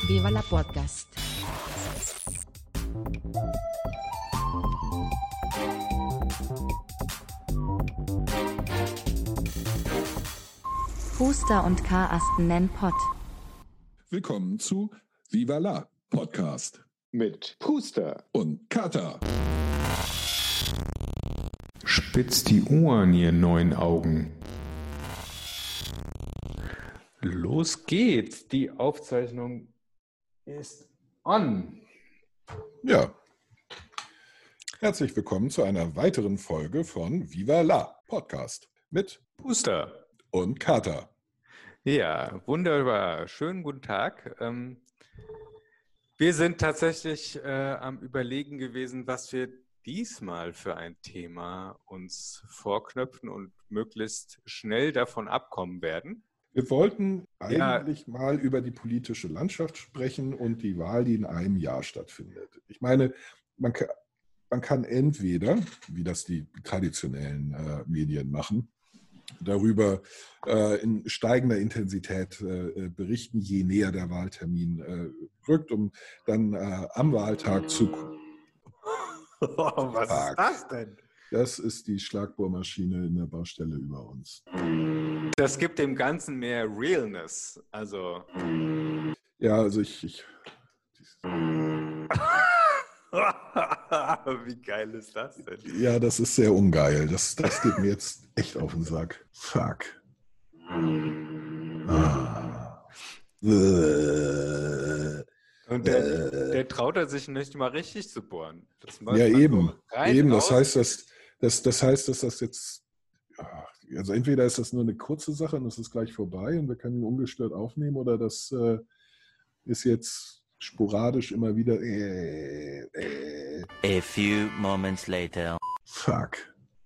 Viva la Podcast. Puster und Karasten nennen Pott. Willkommen zu Viva la Podcast mit Puster und Kata. Spitzt die Ohren, ihr neuen Augen. Los geht's, die Aufzeichnung ist on. Ja, herzlich willkommen zu einer weiteren Folge von Viva la Podcast mit Puster und Kata. Ja, wunderbar. Schönen guten Tag. Wir sind tatsächlich am Überlegen gewesen, was wir diesmal für ein Thema uns vorknöpfen und möglichst schnell davon abkommen werden. Wir wollten eigentlich mal über die politische Landschaft sprechen und die Wahl, die in einem Jahr stattfindet. Ich meine, man kann entweder, wie das die traditionellen Medien machen, darüber in steigender Intensität berichten, je näher der Wahltermin rückt, um dann am Wahltag zu... Was ist das denn? Das ist die Schlagbohrmaschine in der Baustelle über uns. Das gibt dem Ganzen mehr Realness. Also. Ja, also ich Wie geil ist das denn? Ja, das ist sehr ungeil. Das geht mir jetzt echt auf den Sack. Fuck. Und der traut er sich nicht mal richtig zu bohren. Ja, eben. Eben. Das heißt, dass das jetzt, also entweder ist das nur eine kurze Sache und es ist gleich vorbei und wir können ihn ungestört aufnehmen, oder das ist jetzt sporadisch immer wieder. A few moments later. Fuck.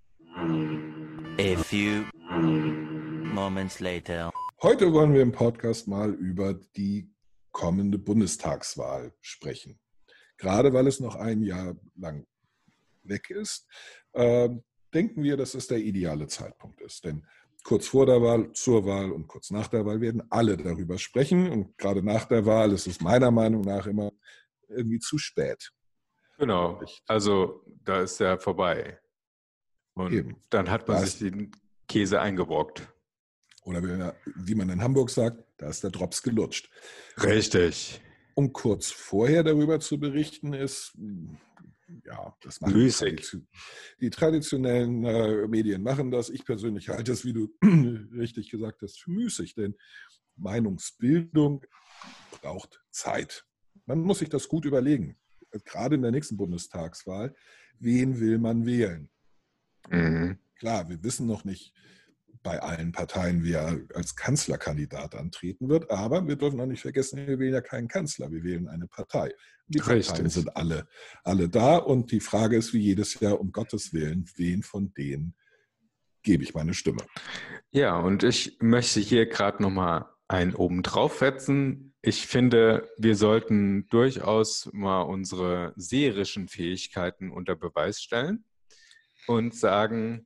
A few moments later. Heute wollen wir im Podcast mal über die kommende Bundestagswahl sprechen. Gerade weil es noch ein Jahr lang weg ist, denken wir, dass es der ideale Zeitpunkt ist. Denn kurz vor der Wahl, zur Wahl und kurz nach der Wahl werden alle darüber sprechen. Und gerade nach der Wahl ist es meiner Meinung nach immer irgendwie zu spät. Genau, also da ist er vorbei. Und eben. Dann hat man sich den Käse eingebrockt. Oder wie man in Hamburg sagt, da ist der Drops gelutscht. Richtig. Um kurz vorher darüber zu berichten, ist, ja, das machen die traditionellen Medien machen das. Ich persönlich halte es, wie du richtig gesagt hast, für müßig, denn Meinungsbildung braucht Zeit. Man muss sich das gut überlegen. Gerade in der nächsten Bundestagswahl, wen will man wählen? Mhm. Klar, wir wissen noch nicht bei allen Parteien, wer als Kanzlerkandidat antreten wird, aber wir dürfen auch nicht vergessen, wir wählen ja keinen Kanzler, wir wählen eine Partei. Die Parteien sind alle da, und die Frage ist, wie jedes Jahr, um Gottes Willen, wen von denen gebe ich meine Stimme? Ja, und ich möchte hier gerade nochmal einen oben drauf setzen. Ich finde, wir sollten durchaus mal unsere seherischen Fähigkeiten unter Beweis stellen und sagen,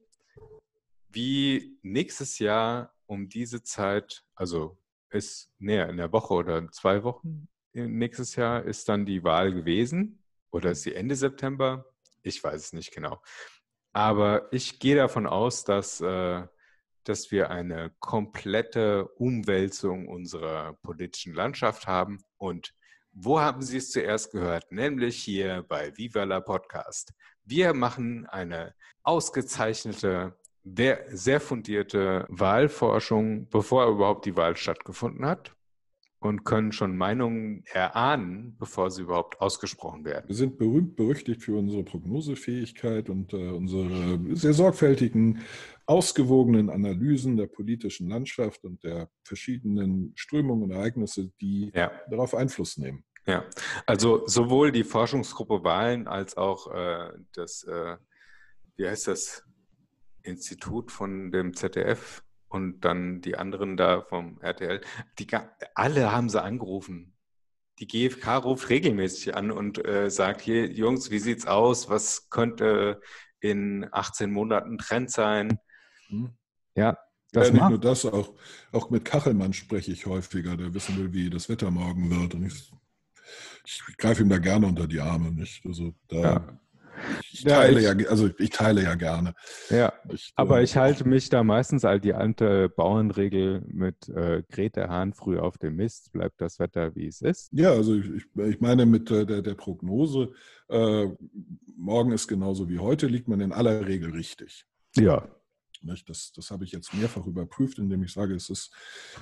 wie nächstes Jahr um diese Zeit, also ist näher in der Woche oder 2 Wochen, nächstes Jahr ist dann die Wahl gewesen, oder ist sie Ende September? Ich weiß es nicht genau. Aber ich gehe davon aus, dass wir eine komplette Umwälzung unserer politischen Landschaft haben. Und wo haben Sie es zuerst gehört? Nämlich hier bei Viva la Podcast. Wir machen eine ausgezeichnete, sehr fundierte Wahlforschung, bevor überhaupt die Wahl stattgefunden hat, und können schon Meinungen erahnen, bevor sie überhaupt ausgesprochen werden. Wir sind berühmt berüchtigt für unsere Prognosefähigkeit und unsere sehr sorgfältigen, ausgewogenen Analysen der politischen Landschaft und der verschiedenen Strömungen und Ereignisse, die darauf Einfluss nehmen. Ja, also sowohl die Forschungsgruppe Wahlen als auch das, wie heißt das, Institut von dem ZDF und dann die anderen da vom RTL, alle haben sie angerufen. Die GfK ruft regelmäßig an und sagt, hier, Jungs, wie sieht's aus? Was könnte in 18 Monaten Trend sein? Ja, Das nicht nur das, auch mit Kachelmann spreche ich häufiger, der wissen will, wie das Wetter morgen wird. Und ich greife ihm da gerne unter die Arme, nicht? Also Ja. ich Ja, teile ich- ich teile ja gerne. Ja, Ich, aber ich halte mich da meistens an die alte Bauernregel mit Kräht der Hahn früh auf dem Mist, bleibt das Wetter, wie es ist. ja, also ich meine mit der Prognose, morgen ist genauso wie heute, liegt man in aller Regel richtig. Ja, Nicht? Das habe ich jetzt mehrfach überprüft, indem ich sage, es ist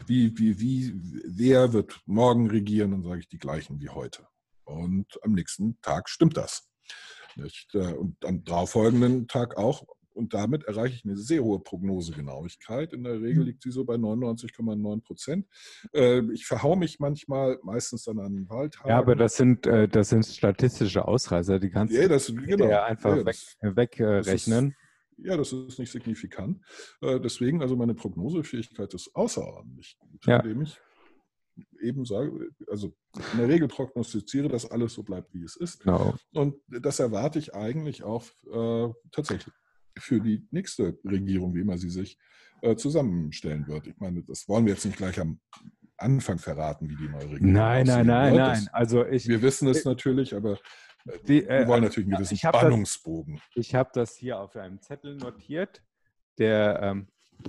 wer wird morgen regieren, dann sage ich die gleichen wie heute. Und am nächsten Tag stimmt das. Nicht? Und am darauffolgenden Tag auch. Und damit erreiche ich eine sehr hohe Prognosegenauigkeit. In der Regel liegt sie so bei 99,9%. Ich verhaue mich manchmal, meistens dann an Wahltagen. ja, aber das sind statistische Ausreißer, die kannst Ja, du das, genau. ja einfach Ja, wegrechnen. Ja, das ist nicht signifikant. Deswegen, also meine Prognosefähigkeit ist außerordentlich gut, Ja. indem ich eben sage, also in der Regel prognostiziere, dass alles so bleibt, wie es ist. Genau. Und das erwarte ich eigentlich auch tatsächlich für die nächste Regierung, wie immer sie sich zusammenstellen wird. Ich meine, das wollen wir jetzt nicht gleich am Anfang verraten, wie die neue Regierung Nein. aussehen wird. Also Wir wissen es natürlich, aber wir wir wollen natürlich einen gewissen Spannungsbogen. Ich habe das hier auf einem Zettel notiert, der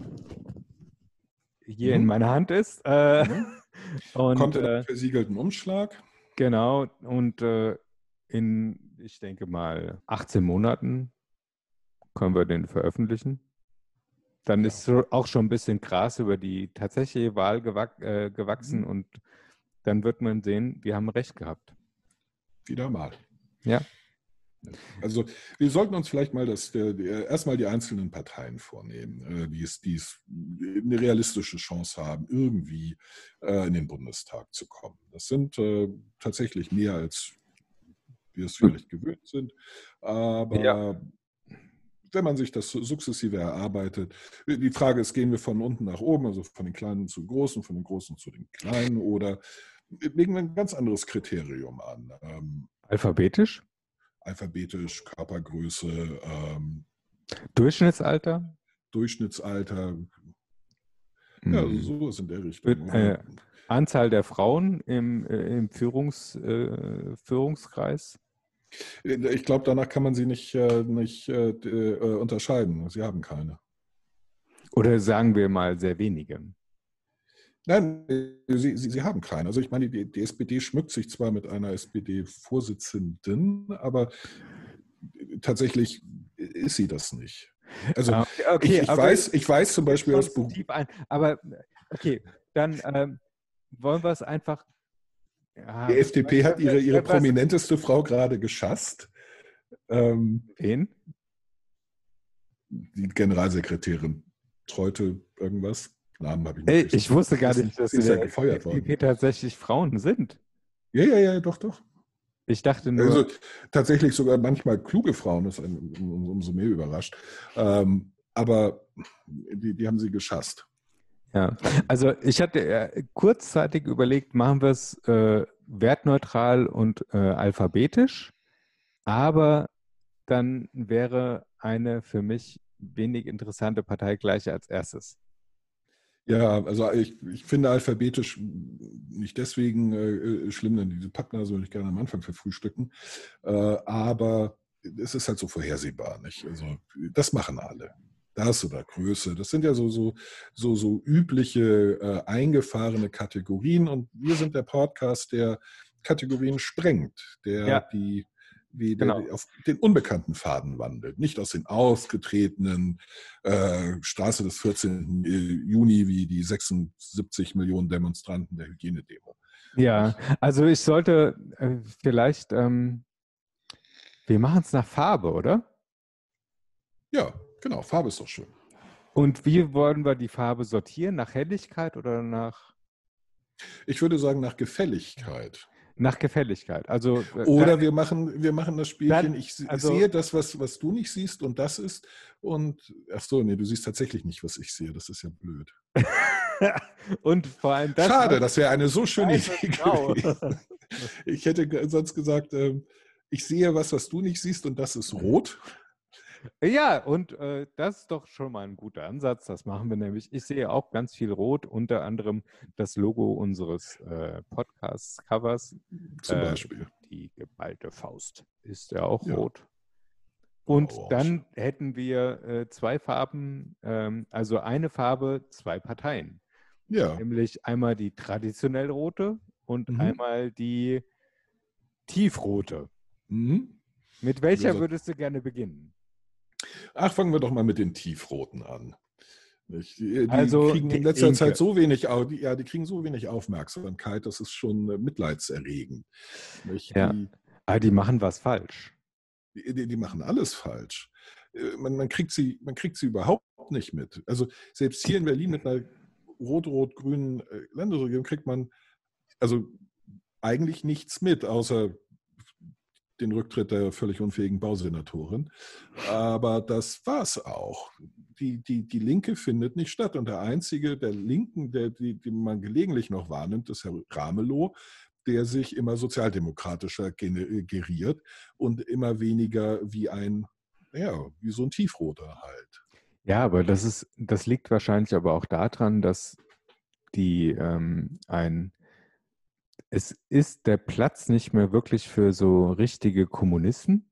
hier in meiner Hand ist. Und, Kommt in einem versiegelten Umschlag. Genau, und in, ich denke mal, 18 Monaten können wir den veröffentlichen. Dann ist auch schon ein bisschen Gras über die tatsächliche Wahl gewachsen und dann wird man sehen, wir haben recht gehabt. Wieder mal. Ja. Also wir sollten uns vielleicht mal erstmal die einzelnen Parteien vornehmen, die es eine realistische Chance haben, irgendwie in den Bundestag zu kommen. Das sind tatsächlich mehr, als wir es vielleicht gewöhnt sind. Aber wenn man sich das sukzessive erarbeitet, die Frage ist, gehen wir von unten nach oben, also von den Kleinen zu den Großen, von den Großen zu den Kleinen, oder legen wir ein ganz anderes Kriterium an? Alphabetisch? Alphabetisch, Körpergröße, Durchschnittsalter? Durchschnittsalter, ja, also sowas in der Richtung. Anzahl der Frauen im Führungskreis? Ich glaube, danach kann man sie nicht unterscheiden. Sie haben keine. Oder sagen wir mal sehr wenige? Nein, sie haben keine. Also ich meine, die SPD schmückt sich zwar mit einer SPD-Vorsitzenden, aber tatsächlich ist sie das nicht. Also okay, ich weiß zum Beispiel aus Beruf. Aber okay, dann wollen wir es einfach. Ja, Die FDP hat ihre prominenteste Frau gerade geschasst. Wen? Die Generalsekretärin Treute irgendwas. Namen habe ich nicht. Ich wusste gar nicht, dass sie ja gefeuert worden. Tatsächlich Frauen sind. Ja, doch. Ich dachte nur. Also tatsächlich sogar manchmal kluge Frauen, das ist umso mehr überrascht. Aber die haben sie geschasst. Ja, also ich hatte kurzzeitig überlegt, machen wir es wertneutral und alphabetisch, aber dann wäre eine für mich wenig interessante Partei gleich als erstes. Ja, also ich finde alphabetisch nicht deswegen schlimm, denn diese Pappnase würde ich gerne am Anfang verfrühstücken. Aber es ist halt so vorhersehbar, nicht? Also das machen alle. Das oder Größe, das sind ja so übliche eingefahrene Kategorien und wir sind der Podcast, der Kategorien sprengt, der auf den unbekannten Faden wandelt, nicht aus den ausgetretenen Straße des 14. Juni wie die 76 Millionen Demonstranten der Hygienedemo. Ja, also ich sollte vielleicht, wir machen es nach Farbe, oder? Ja, genau, Farbe ist doch schön. Und wie wollen wir die Farbe sortieren? Nach Helligkeit oder nach? Ich würde sagen nach Gefälligkeit. Nach Gefälligkeit. Also, oder wir machen das Spielchen, ich sehe das, was du nicht siehst und das ist und ach so, nee, du siehst tatsächlich nicht, was ich sehe, das ist ja blöd. Und vor allem das. Schade, das wäre eine so schöne Idee gewesen. Ich hätte sonst gesagt, ich sehe was du nicht siehst und das ist rot. Ja, und das ist doch schon mal ein guter Ansatz. Das machen wir nämlich. Ich sehe auch ganz viel Rot, unter anderem das Logo unseres Podcast-Covers. Zum Beispiel. Die geballte Faust ist ja auch Ja. rot. Und Orange. dann hätten wir zwei Farben, also eine Farbe, zwei Parteien. Ja. Nämlich einmal die traditionell rote und einmal die tiefrote. Mhm. Mit welcher Also- würdest du gerne beginnen? Ach, fangen wir doch mal mit den Tiefroten an. Nicht? Die Also kriegen die in letzter Linke. Zeit so wenig, die kriegen so wenig Aufmerksamkeit, das ist schon mitleidserregend. Nicht? Ja. Aber die machen was falsch. Die machen alles falsch. Man kriegt sie überhaupt nicht mit. Also selbst hier in Berlin mit einer rot-rot-grünen Landesregierung kriegt man also eigentlich nichts mit, außer den Rücktritt der völlig unfähigen Bausenatorin. Aber das war's auch. Die Linke findet nicht statt. Und der einzige der Linken, den man gelegentlich noch wahrnimmt, ist Herr Ramelow, der sich immer sozialdemokratischer geriert und immer weniger wie so ein Tiefroter halt. Ja, aber das liegt wahrscheinlich aber auch daran, dass es ist der Platz nicht mehr wirklich für so richtige Kommunisten.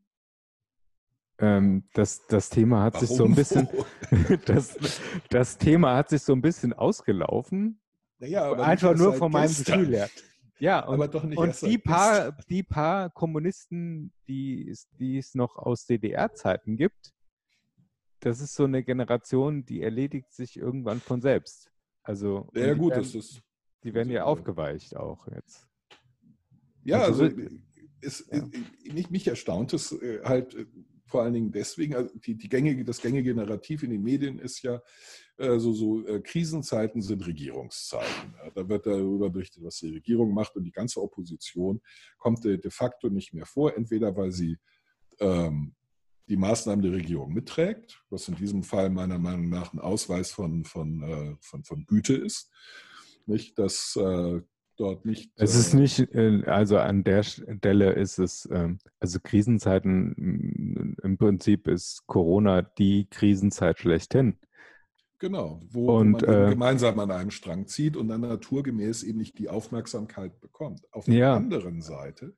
Das Thema hat sich so ein bisschen, das Thema hat sich so ein bisschen ausgelaufen. Naja, aber einfach nicht nur erst von seit meinem gestern. Gefühl her. Ja, Aber doch nicht und erst seit gestern. die paar Kommunisten, die es noch aus DDR-Zeiten gibt, das ist so eine Generation, die erledigt sich irgendwann von selbst. Also Ja, und gut, die werden ja aufgeweicht auch jetzt. Ja, Also mich erstaunt es halt vor allen Dingen deswegen, also das gängige Narrativ in den Medien ist ja Krisenzeiten sind Regierungszeiten. Ja, da wird darüber berichtet, was die Regierung macht und die ganze Opposition kommt de facto nicht mehr vor, entweder weil sie die Maßnahmen der Regierung mitträgt, was in diesem Fall meiner Meinung nach ein Ausweis von Güte ist, nicht, dass dort nicht. Es ist nicht, also an der Stelle ist es, also Krisenzeiten, im Prinzip ist Corona die Krisenzeit schlechthin. Genau, wo man eben gemeinsam an einem Strang zieht und dann naturgemäß eben nicht die Aufmerksamkeit bekommt. Auf der anderen Seite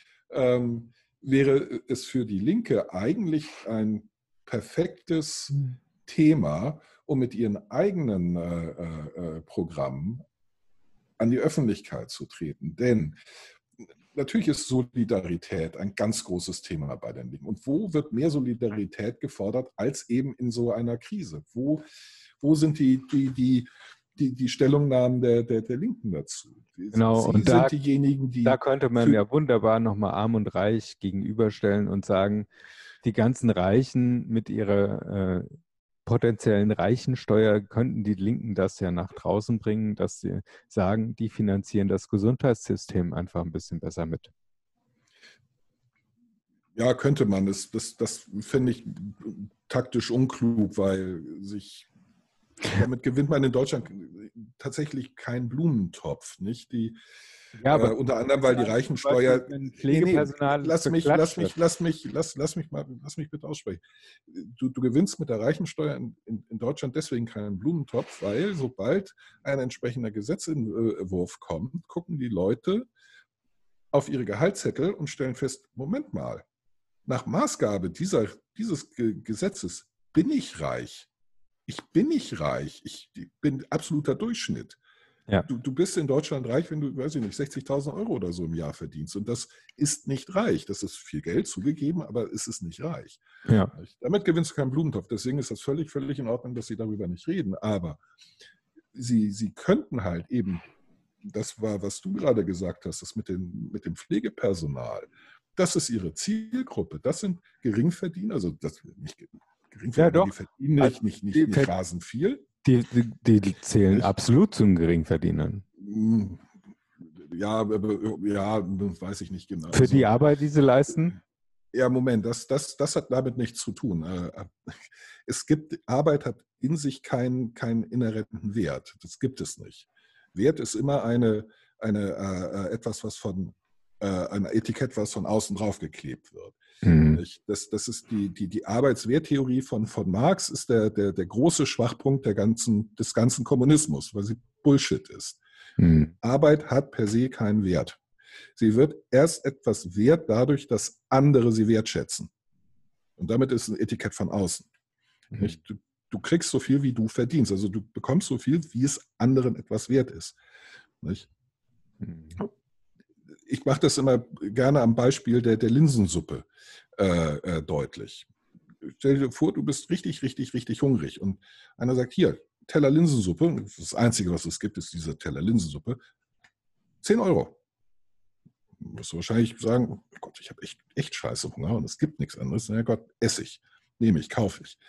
wäre es für die Linke eigentlich ein perfektes Thema, um mit ihren eigenen Programmen an die Öffentlichkeit zu treten. Denn natürlich ist Solidarität ein ganz großes Thema bei den Linken. Und wo wird mehr Solidarität gefordert als eben in so einer Krise? Wo sind die Stellungnahmen der Linken dazu? Genau, Sie und sind diejenigen, die... Da könnte man ja wunderbar nochmal Arm und Reich gegenüberstellen und sagen, die ganzen Reichen mit ihrer potenziellen Reichensteuer könnten die Linken das ja nach draußen bringen, dass sie sagen, die finanzieren das Gesundheitssystem einfach ein bisschen besser mit. Ja, könnte man. Das finde ich taktisch unklug, weil damit gewinnt man in Deutschland tatsächlich keinen Blumentopf, nicht? Unter anderem, weil die Reichensteuer. Pflegepersonal Lass mich bitte aussprechen. Du gewinnst mit der Reichensteuer in Deutschland deswegen keinen Blumentopf, weil sobald ein entsprechender Gesetzentwurf kommt, gucken die Leute auf ihre Gehaltszettel und stellen fest, Moment mal, nach Maßgabe dieses Gesetzes bin ich reich. Ich bin nicht reich. Ich bin absoluter Durchschnitt. Ja. Du bist in Deutschland reich, wenn du, weiß ich nicht, 60.000 € oder so im Jahr verdienst. Und das ist nicht reich. Das ist viel Geld zugegeben, aber es ist nicht reich. Ja. Damit gewinnst du keinen Blumentopf. Deswegen ist das völlig in Ordnung, dass sie darüber nicht reden. Aber sie könnten halt eben, das war, was du gerade gesagt hast, das mit dem Pflegepersonal, das ist ihre Zielgruppe. Das sind Geringverdiener, also das nicht Geringverdiener, die verdienen nicht rasend viel. Die zählen absolut zu den Geringverdienern. Ja, weiß ich nicht genau. Für die Arbeit, die sie leisten? Ja, Moment, das hat damit nichts zu tun. Arbeit hat in sich keinen inhärenten Wert. Das gibt es nicht. Wert ist immer etwas, was von ein Etikett, was von außen drauf geklebt wird. Mhm. Das ist die Arbeitswerttheorie von Marx, ist der große Schwachpunkt des ganzen Kommunismus, weil sie Bullshit ist. Mhm. Arbeit hat per se keinen Wert. Sie wird erst etwas wert dadurch, dass andere sie wertschätzen. Und damit ist ein Etikett von außen. Mhm. Du kriegst so viel, wie du verdienst. Also du bekommst so viel, wie es anderen etwas wert ist. Nicht? Mhm. Ich mache das immer gerne am Beispiel der Linsensuppe deutlich. Stell dir vor, du bist richtig, richtig, richtig hungrig und einer sagt, hier, Teller Linsensuppe, das Einzige, was es gibt, ist diese Teller Linsensuppe, 10 €. Du musst wahrscheinlich sagen, oh Gott, ich habe echt scheiße Hunger und es gibt nichts anderes. Na Gott, esse ich, nehme ich, kaufe ich.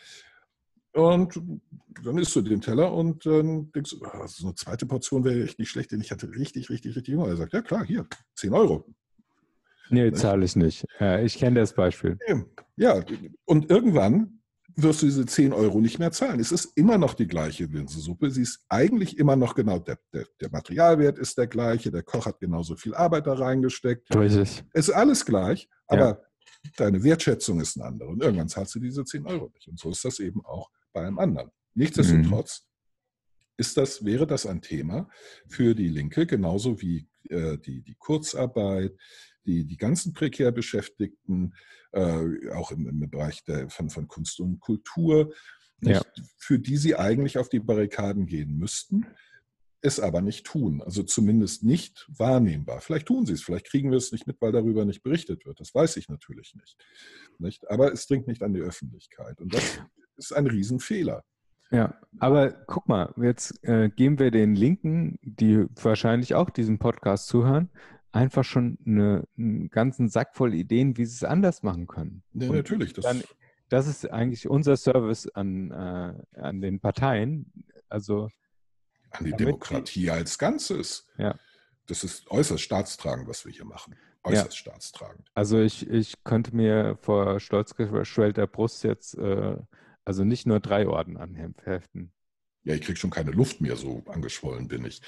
Und dann isst du den Teller und dann denkst du, so eine zweite Portion wäre echt nicht schlecht, denn ich hatte richtig, richtig, richtig Hunger. Er sagt, ja klar, hier, 10 €. Nee, zahle ich nicht. Ich kenne das Beispiel. Ja, und irgendwann wirst du diese 10 € nicht mehr zahlen. Es ist immer noch die gleiche Linsensuppe. Sie ist eigentlich immer noch genau, der Materialwert ist der gleiche, der Koch hat genauso viel Arbeit da reingesteckt. Richtig. Es ist alles gleich, aber deine Wertschätzung ist eine andere. Und irgendwann zahlst du diese 10 € nicht. Und so ist das eben auch bei einem anderen. Nichtsdestotrotz wäre das ein Thema für die Linke, genauso wie die Kurzarbeit, die ganzen prekär Beschäftigten, auch im Bereich von Kunst und Kultur, nicht, für die sie eigentlich auf die Barrikaden gehen müssten, es aber nicht tun. Also zumindest nicht wahrnehmbar. Vielleicht tun sie es, vielleicht kriegen wir es nicht mit, weil darüber nicht berichtet wird. Das weiß ich natürlich nicht. Aber es dringt nicht an die Öffentlichkeit. Und das ist ein Riesenfehler. Ja, aber guck mal, jetzt geben wir den Linken, die wahrscheinlich auch diesen Podcast zuhören, einfach schon einen ganzen Sack voll Ideen, wie sie es anders machen können. Ja, und natürlich. Das ist eigentlich unser Service an den Parteien. Also an die Demokratie als Ganzes. Ja. Das ist äußerst staatstragend, was wir hier machen. Äußerst staatstragend. Also ich könnte mir vor stolz geschwellter Brust jetzt also nicht nur 3 Orden anheften. Ja, ich kriege schon keine Luft mehr, so angeschwollen bin ich.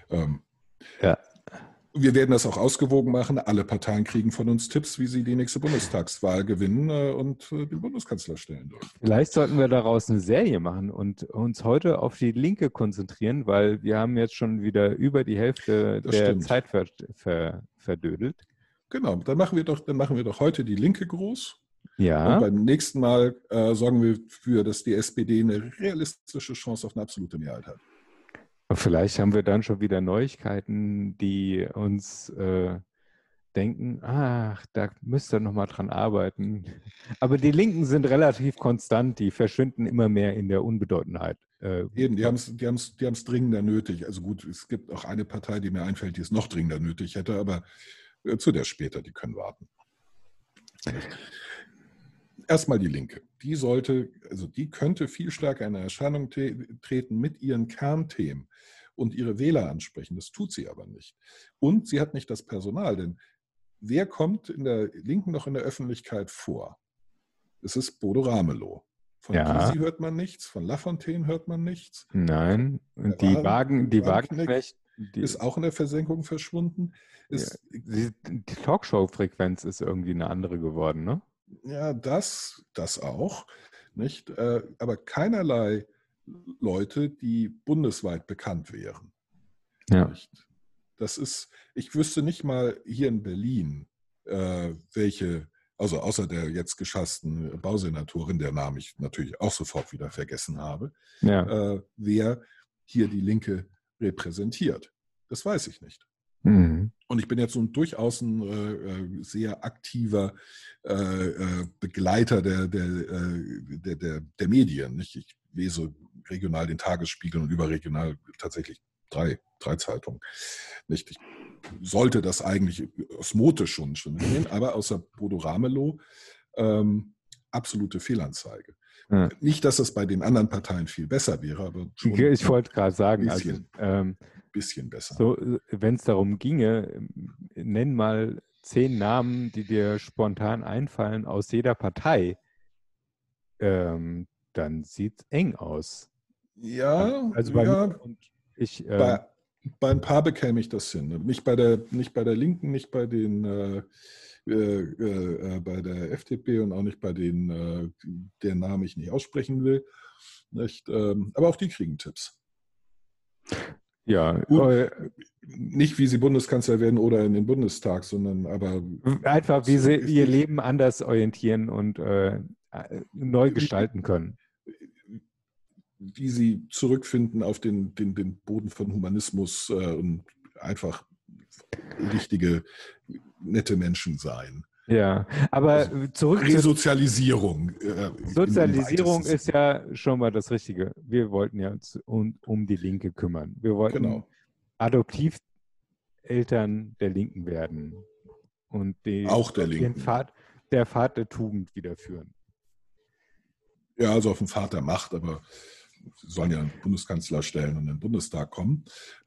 Ja. Wir werden das auch ausgewogen machen. Alle Parteien kriegen von uns Tipps, wie sie die nächste Bundestagswahl gewinnen und den Bundeskanzler stellen dürfen. Vielleicht sollten wir daraus eine Serie machen und uns heute auf die Linke konzentrieren, weil wir haben jetzt schon wieder über die Hälfte der Zeit verdödelt. Genau, dann machen wir doch heute die Linke groß. Ja. Und beim nächsten Mal sorgen wir dafür, dass die SPD eine realistische Chance auf eine absolute Mehrheit hat. Vielleicht haben wir dann schon wieder Neuigkeiten, die uns denken, ach, da müsst ihr nochmal dran arbeiten. Aber die Linken sind relativ konstant, die verschwinden immer mehr in der Unbedeutendheit. Eben, die haben es dringender nötig. Also gut, es gibt auch eine Partei, die mir einfällt, die es noch dringender nötig hätte, aber zu der später, die können warten. Erstmal die Linke. Die könnte viel stärker in Erscheinung treten mit ihren Kernthemen und ihre Wähler ansprechen. Das tut sie aber nicht. Und sie hat nicht das Personal, denn wer kommt in der Linken noch in der Öffentlichkeit vor? Es ist Bodo Ramelow. Von Gysi hört man nichts, von Lafontaine hört man nichts. Nein, und die Wagenknecht ist auch in der Versenkung verschwunden. Die Talkshow-Frequenz ist irgendwie eine andere geworden, ne? Ja, das auch, nicht? Aber keinerlei Leute, die bundesweit bekannt wären. Ja. Nicht? Ich wüsste nicht mal hier in Berlin, welche, also außer der jetzt geschassten Bausenatorin, der Namen ich natürlich auch sofort wieder vergessen habe, wer hier die Linke repräsentiert. Das weiß ich nicht. Mhm. Und ich bin jetzt so durchaus ein sehr aktiver Begleiter der Medien. Nicht? Ich lese regional den Tagesspiegel und überregional tatsächlich drei Zeitungen. Nicht? Ich sollte das eigentlich osmotisch schon sehen, aber außer Bodo Ramelow absolute Fehlanzeige. Ja. Nicht, dass das bei den anderen Parteien viel besser wäre, aber schon ich wollte gerade sagen, bisschen besser. So, wenn es darum ginge, nenn mal 10 Namen, die dir spontan einfallen aus jeder Partei, dann sieht es eng aus. Ja, also bei mir und ich. Bei ein paar bekäme ich das hin. Nicht bei der Linken, nicht bei den bei der FDP und auch nicht bei denen, deren Namen ich nicht aussprechen will. Nicht? Aber auch die kriegen Tipps. Ja, Gut, nicht wie sie Bundeskanzler werden oder in den Bundestag, sondern aber einfach, wie sie ihr Leben anders orientieren und neu gestalten können. Wie sie zurückfinden auf den Boden von Humanismus und einfach richtige, nette Menschen sein. Ja, aber Also zurück zur Resozialisierung. Sozialisierung ist ja schon mal das Richtige. Wir wollten ja uns um die Linke kümmern. Wir wollten Adoptiveltern der Linken werden und auch der Linken. Der Pfad der Tugend wiederführen. Ja, also auf den Pfad der Macht, aber sie sollen ja einen Bundeskanzler stellen und in den Bundestag kommen.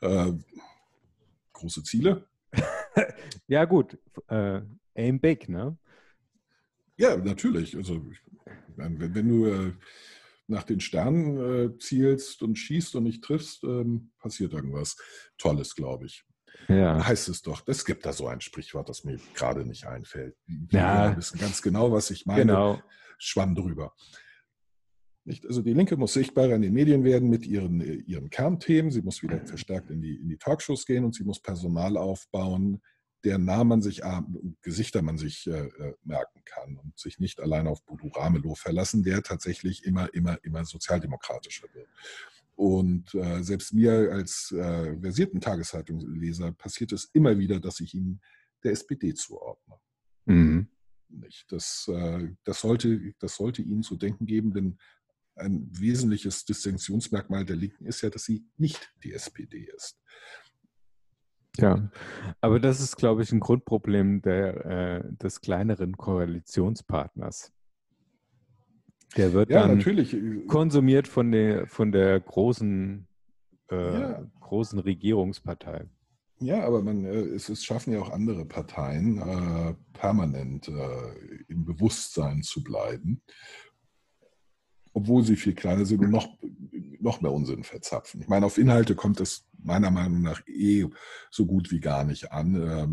Große Ziele. Ja gut, aim big, ne? Ja, natürlich. Also wenn du nach den Sternen zielst und schießt und nicht triffst, passiert irgendwas Tolles, glaube ich. Ja. Heißt es doch. Es gibt da so ein Sprichwort, das mir gerade nicht einfällt. Die Hörer wissen ganz genau, was ich meine. Genau. Schwamm drüber. Nicht? Also die Linke muss sichtbarer in den Medien werden mit ihren Kernthemen. Sie muss wieder verstärkt in die Talkshows gehen und sie muss Personal aufbauen, deren Namen man sich, Gesichter man sich merken kann und sich nicht allein auf Bodo Ramelow verlassen, der tatsächlich immer sozialdemokratischer wird. Und selbst mir als versierten Tageszeitungsleser passiert es immer wieder, dass ich ihn der SPD zuordne. Mhm. Nicht? Das sollte Ihnen zu denken geben, denn ein wesentliches Distinktionsmerkmal der Linken ist ja, dass sie nicht die SPD ist. Ja, aber das ist, glaube ich, ein Grundproblem des kleineren Koalitionspartners. Der wird dann natürlich konsumiert von der großen Regierungspartei. Ja, aber es schaffen ja auch andere Parteien, permanent im Bewusstsein zu bleiben, obwohl sie viel kleiner sind und noch mehr Unsinn verzapfen. Ich meine, auf Inhalte kommt es meiner Meinung nach so gut wie gar nicht an.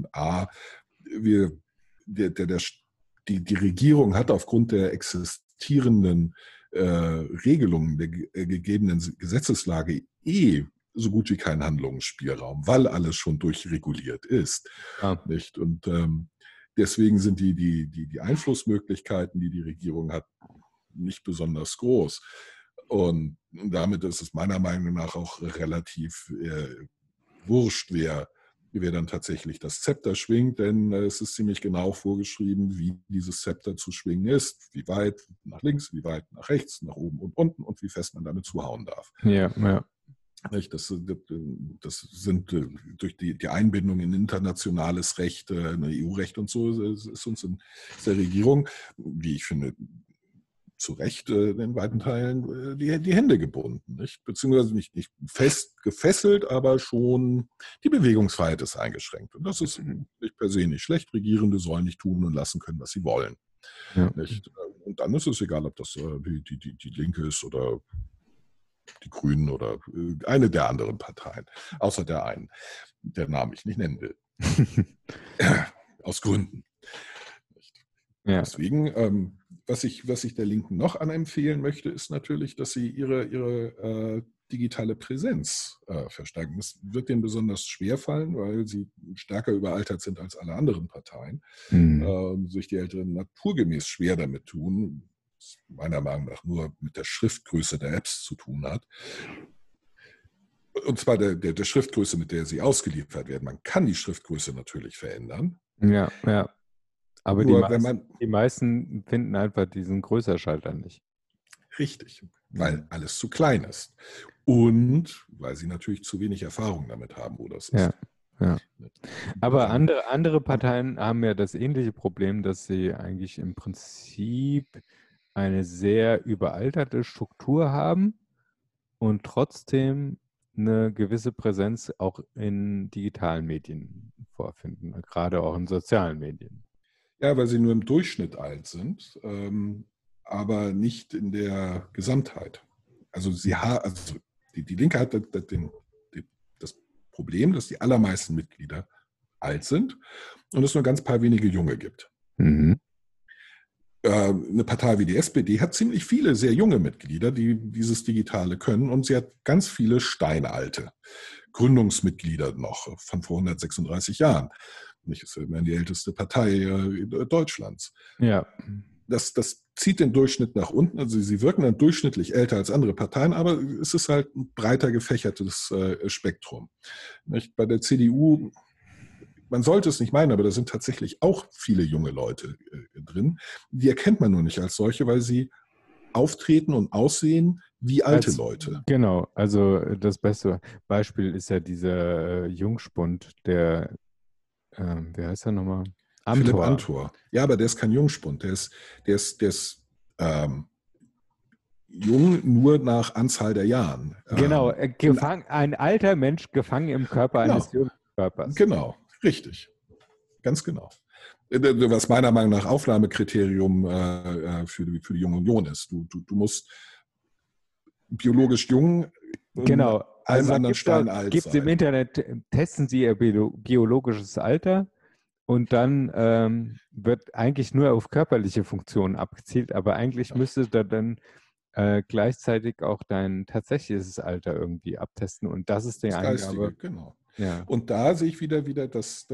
Die Regierung hat aufgrund der existierenden Regelungen der gegebenen Gesetzeslage so gut wie keinen Handlungsspielraum, weil alles schon durchreguliert ist. Ja. Nicht? Und deswegen sind die Einflussmöglichkeiten, die Regierung hat, nicht besonders groß. Und damit ist es meiner Meinung nach auch relativ wurscht, wer dann tatsächlich das Zepter schwingt, denn es ist ziemlich genau vorgeschrieben, wie dieses Zepter zu schwingen ist, wie weit nach links, wie weit nach rechts, nach oben und unten und wie fest man damit zuhauen darf. Ja, ja. Das sind durch die Einbindung in internationales Recht, EU-Recht und so, ist uns in der Regierung, wie ich finde, zu Recht in weiten Teilen die Hände gebunden. Nicht? Beziehungsweise nicht fest gefesselt, aber schon die Bewegungsfreiheit ist eingeschränkt. Und das ist nicht per se nicht schlecht. Regierende sollen nicht tun und lassen können, was sie wollen. Ja. Nicht? Und dann ist es egal, ob das die Linke ist oder die Grünen oder eine der anderen Parteien. Außer der einen, der Namen ich nicht nennen will. Aus Gründen. Ja. Deswegen, was ich der Linken noch anempfehlen möchte, ist natürlich, dass sie ihre digitale Präsenz verstärken. Das wird denen besonders schwer fallen, weil sie stärker überaltert sind als alle anderen Parteien. Sich die Älteren naturgemäß schwer damit tun, was meiner Meinung nach nur mit der Schriftgröße der Apps zu tun hat. Und zwar der Schriftgröße, mit der sie ausgeliefert werden. Man kann die Schriftgröße natürlich verändern. Ja, ja. Aber nur, die meisten finden einfach diesen Größerschalter nicht. Richtig, weil alles zu klein ist. Und weil sie natürlich zu wenig Erfahrung damit haben, wo das ist. Ja, ja. Aber andere Parteien haben ja das ähnliche Problem, dass sie eigentlich im Prinzip eine sehr überalterte Struktur haben und trotzdem eine gewisse Präsenz auch in digitalen Medien vorfinden, gerade auch in sozialen Medien. Ja, weil sie nur im Durchschnitt alt sind, aber nicht in der Gesamtheit. Also die Linke hat das Problem, dass die allermeisten Mitglieder alt sind und es nur ganz paar wenige Junge gibt. Mhm. Eine Partei wie die SPD hat ziemlich viele sehr junge Mitglieder, die dieses Digitale können, und sie hat ganz viele steinalte Gründungsmitglieder noch von vor 136 Jahren. Nicht, ist ja immerhin die älteste Partei Deutschlands. Ja. Das zieht den Durchschnitt nach unten. Also sie wirken dann durchschnittlich älter als andere Parteien, aber es ist halt ein breiter gefächertes Spektrum. Nicht? Bei der CDU, man sollte es nicht meinen, aber da sind tatsächlich auch viele junge Leute drin. Die erkennt man nur nicht als solche, weil sie auftreten und aussehen wie alte Leute. Genau, also das beste Beispiel ist ja dieser Jungspund, der, wie heißt er nochmal? Philipp Amthor. Ja, aber der ist kein Jungspund. Der ist jung nur nach Anzahl der Jahren. Genau, ein alter Mensch gefangen im Körper eines jungen Körpers. Genau, richtig. Ganz genau. Was meiner Meinung nach Aufnahmekriterium für die Junge Union ist. Du musst biologisch jung, genau, allem anderen Stein alt gibt es im Internet, testen Sie Ihr biologisches Alter und dann wird eigentlich nur auf körperliche Funktionen abgezielt, aber eigentlich müsste da dann gleichzeitig auch dein tatsächliches Alter irgendwie abtesten, und das ist die Eingabe. Genau. Ja. Und da sehe ich wieder den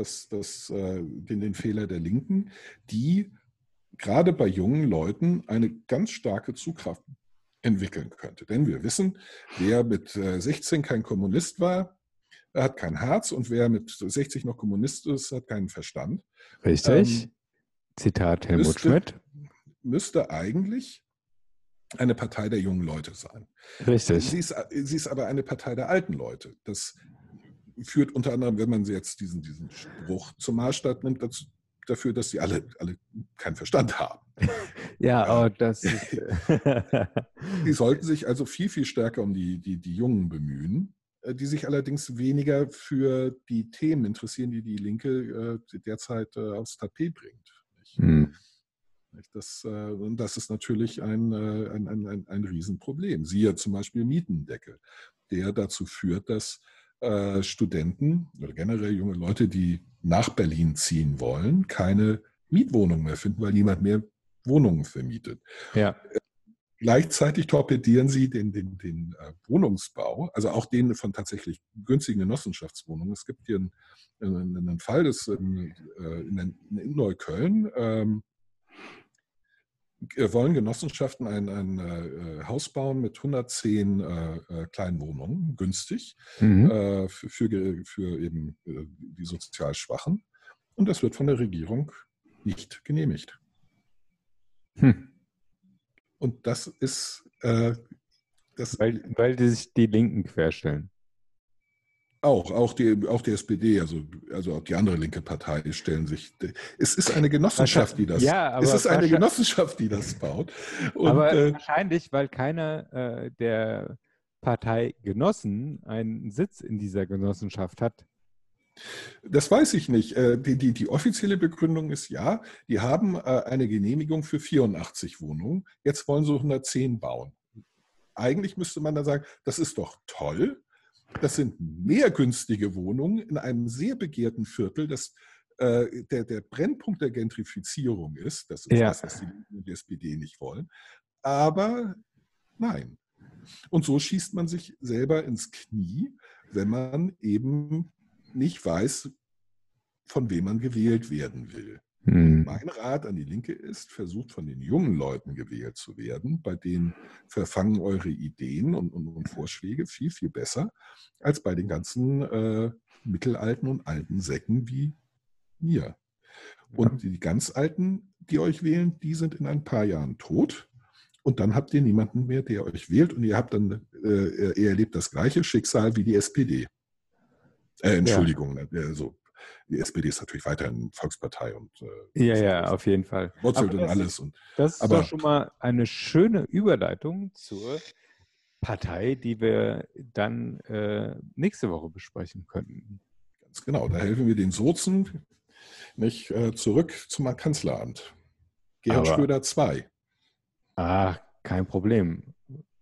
Fehler der Linken, die gerade bei jungen Leuten eine ganz starke Zugkraft entwickeln könnte. Denn wir wissen, wer mit 16 kein Kommunist war, hat kein Herz, und wer mit 60 noch Kommunist ist, hat keinen Verstand. Richtig. Zitat Helmut Schmidt. Müsste eigentlich eine Partei der jungen Leute sein. Richtig. Sie ist aber eine Partei der alten Leute. Das führt unter anderem, wenn man jetzt diesen Spruch zum Maßstab nimmt, dafür, dass sie alle keinen Verstand haben. Ja, aber das ist... Die sollten sich also viel, viel stärker um die Jungen bemühen, die sich allerdings weniger für die Themen interessieren, die die Linke derzeit aufs Tapet bringt. Hm. Und das ist natürlich ein Riesenproblem. Siehe zum Beispiel Mietendeckel, der dazu führt, dass Studenten oder generell junge Leute, die nach Berlin ziehen wollen, keine Mietwohnungen mehr finden, weil niemand mehr Wohnungen vermietet. Ja. Gleichzeitig torpedieren sie den Wohnungsbau, also auch den von tatsächlich günstigen Genossenschaftswohnungen. Es gibt hier einen Fall, das in Neukölln wollen Genossenschaften ein Haus bauen mit 110 kleinen Wohnungen, günstig, für eben die sozial Schwachen. Und das wird von der Regierung nicht genehmigt. Und das ist... weil die sich die Linken querstellen. Auch die SPD, also auch die andere linke Partei stellen sich. Es ist eine Genossenschaft, die das. Ja, aber es ist eine Genossenschaft, die das baut. Und, aber wahrscheinlich, weil keiner der Parteigenossen einen Sitz in dieser Genossenschaft hat. Das weiß ich nicht. Die offizielle Begründung ist ja, die haben eine Genehmigung für 84 Wohnungen. Jetzt wollen sie 110 bauen. Eigentlich müsste man dann sagen, das ist doch toll. Das sind mehr günstige Wohnungen in einem sehr begehrten Viertel, das der Brennpunkt der Gentrifizierung ist. Das ist das, was die SPD nicht wollen. Aber nein. Und so schießt man sich selber ins Knie, wenn man eben nicht weiß, von wem man gewählt werden will. Und mein Rat an die Linke ist, versucht von den jungen Leuten gewählt zu werden, bei denen verfangen eure Ideen und Vorschläge viel, viel besser als bei den ganzen mittelalten und alten Säcken wie mir. Und die ganz Alten, die euch wählen, die sind in ein paar Jahren tot. Und dann habt ihr niemanden mehr, der euch wählt. Und ihr erlebt das gleiche Schicksal wie die SPD. Entschuldigung, also die SPD ist natürlich weiterhin Volkspartei und auf jeden Fall. Wurzelt und alles. Das ist doch schon mal eine schöne Überleitung zur Partei, die wir dann nächste Woche besprechen könnten. Ganz genau, da helfen wir den Sozen nicht zurück zum Kanzleramt. Gerhard Schröder 2. Ach, kein Problem.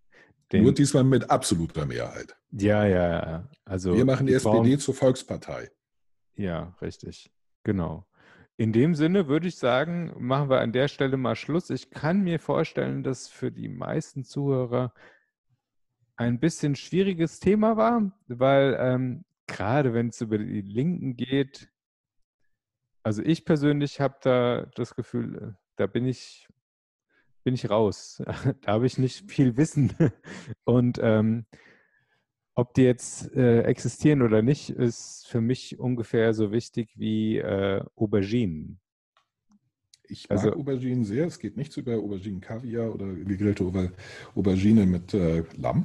Nur diesmal mit absoluter Mehrheit. Ja. Also wir machen die SPD zur Volkspartei. Ja, richtig. Genau. In dem Sinne würde ich sagen, machen wir an der Stelle mal Schluss. Ich kann mir vorstellen, dass für die meisten Zuhörer ein bisschen schwieriges Thema war, weil gerade wenn es über die Linken geht, also ich persönlich habe da das Gefühl, da bin ich raus. Da habe ich nicht viel Wissen. Und ob die jetzt existieren oder nicht, ist für mich ungefähr so wichtig wie Auberginen. Ich mag Auberginen sehr. Es geht nichts über Auberginen Kaviar oder gegrillte Aubergine mit Lamm.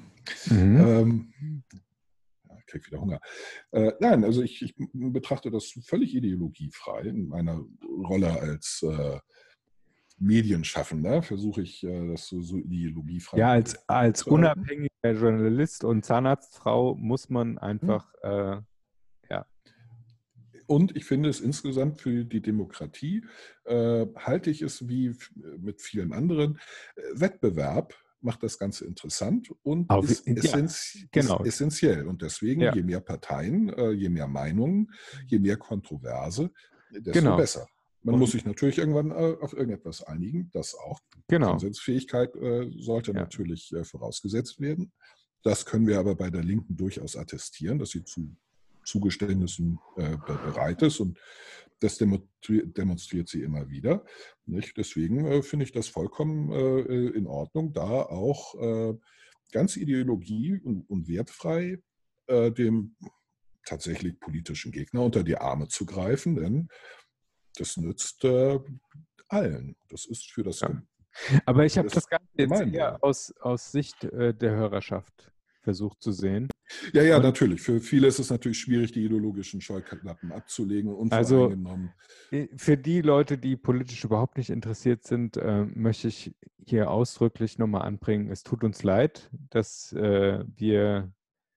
Ich kriege wieder Hunger. Nein, also ich betrachte das völlig ideologiefrei. In meiner Rolle als Medienschaffender versuche ich, das so ideologiefrei ja, als unabhängiger Journalist und Zahnarztfrau muss man einfach, ja. Und ich finde es insgesamt für die Demokratie, halte ich es wie mit vielen anderen, Wettbewerb macht das Ganze interessant und ist essentiell. Und deswegen, je mehr Parteien, je mehr Meinungen, je mehr Kontroverse, desto besser. Man muss sich natürlich irgendwann auf irgendetwas einigen, das auch. Konsensfähigkeit sollte natürlich vorausgesetzt werden. Das können wir aber bei der Linken durchaus attestieren, dass sie zu Zugeständnissen bereit ist und das demonstriert sie immer wieder. Nicht? Deswegen finde ich das vollkommen in Ordnung, da auch ganz ideologie- und wertfrei dem tatsächlich politischen Gegner unter die Arme zu greifen, denn das nützt allen. Das ist für das Aber ich habe das Ganze jetzt eher aus Sicht der Hörerschaft versucht zu sehen. Ja, natürlich. Für viele ist es natürlich schwierig, die ideologischen Scheuklappen abzulegen und unvoreingenommen. Also für die Leute, die politisch überhaupt nicht interessiert sind, möchte ich hier ausdrücklich nochmal anbringen, es tut uns leid, dass wir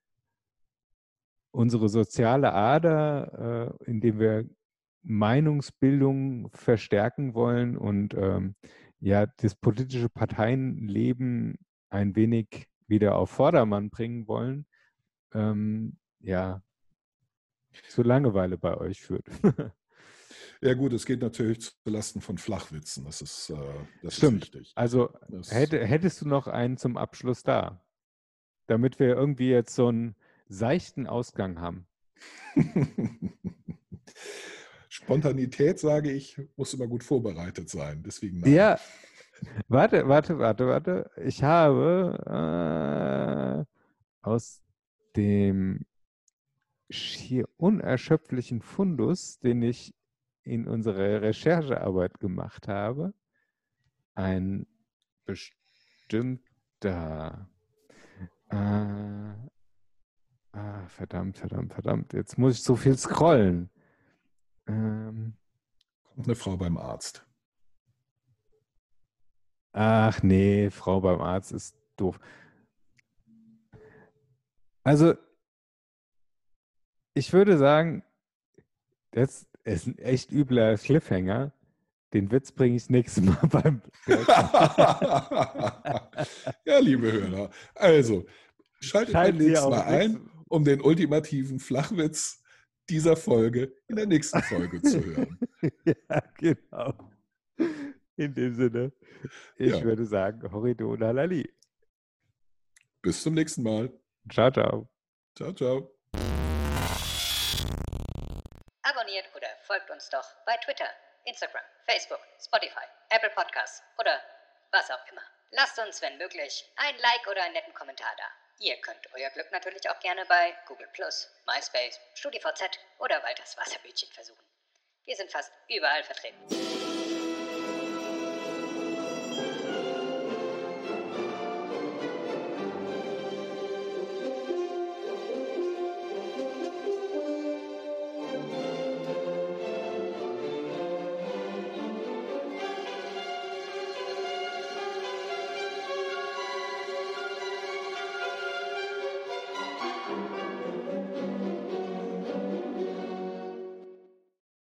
unsere soziale Ader, indem wir Meinungsbildung verstärken wollen und das politische Parteienleben ein wenig wieder auf Vordermann bringen wollen, zu Langeweile bei euch führt. Ja gut, es geht natürlich zulasten von Flachwitzen. Das ist wichtig. Also hättest du noch einen zum Abschluss da, damit wir irgendwie jetzt so einen seichten Ausgang haben? Spontanität, sage ich, muss immer gut vorbereitet sein. Deswegen nein. Ja, warte. Ich habe aus dem schier unerschöpflichen Fundus, den ich in unserer Recherchearbeit gemacht habe, ein bestimmter verdammt, jetzt muss ich so viel scrollen. Kommt eine Frau beim Arzt. Ach nee, Frau beim Arzt ist doof. Also, ich würde sagen, das ist ein echt übler Cliffhanger. Den Witz bringe ich nächstes Mal beim Ja, liebe Hörer. Also, schaltet beim nächsten Mal ein, um den ultimativen Flachwitz dieser Folge in der nächsten Folge zu hören. Ja, genau. In dem Sinne, ich würde sagen, Horrido und Halali. Bis zum nächsten Mal. Ciao, ciao. Ciao, ciao. Abonniert oder folgt uns doch bei Twitter, Instagram, Facebook, Spotify, Apple Podcasts oder was auch immer. Lasst uns, wenn möglich, ein Like oder einen netten Kommentar da. Ihr könnt euer Glück natürlich auch gerne bei Google+, MySpace, StudiVZ oder Walters Wasserbütchen versuchen. Wir sind fast überall vertreten.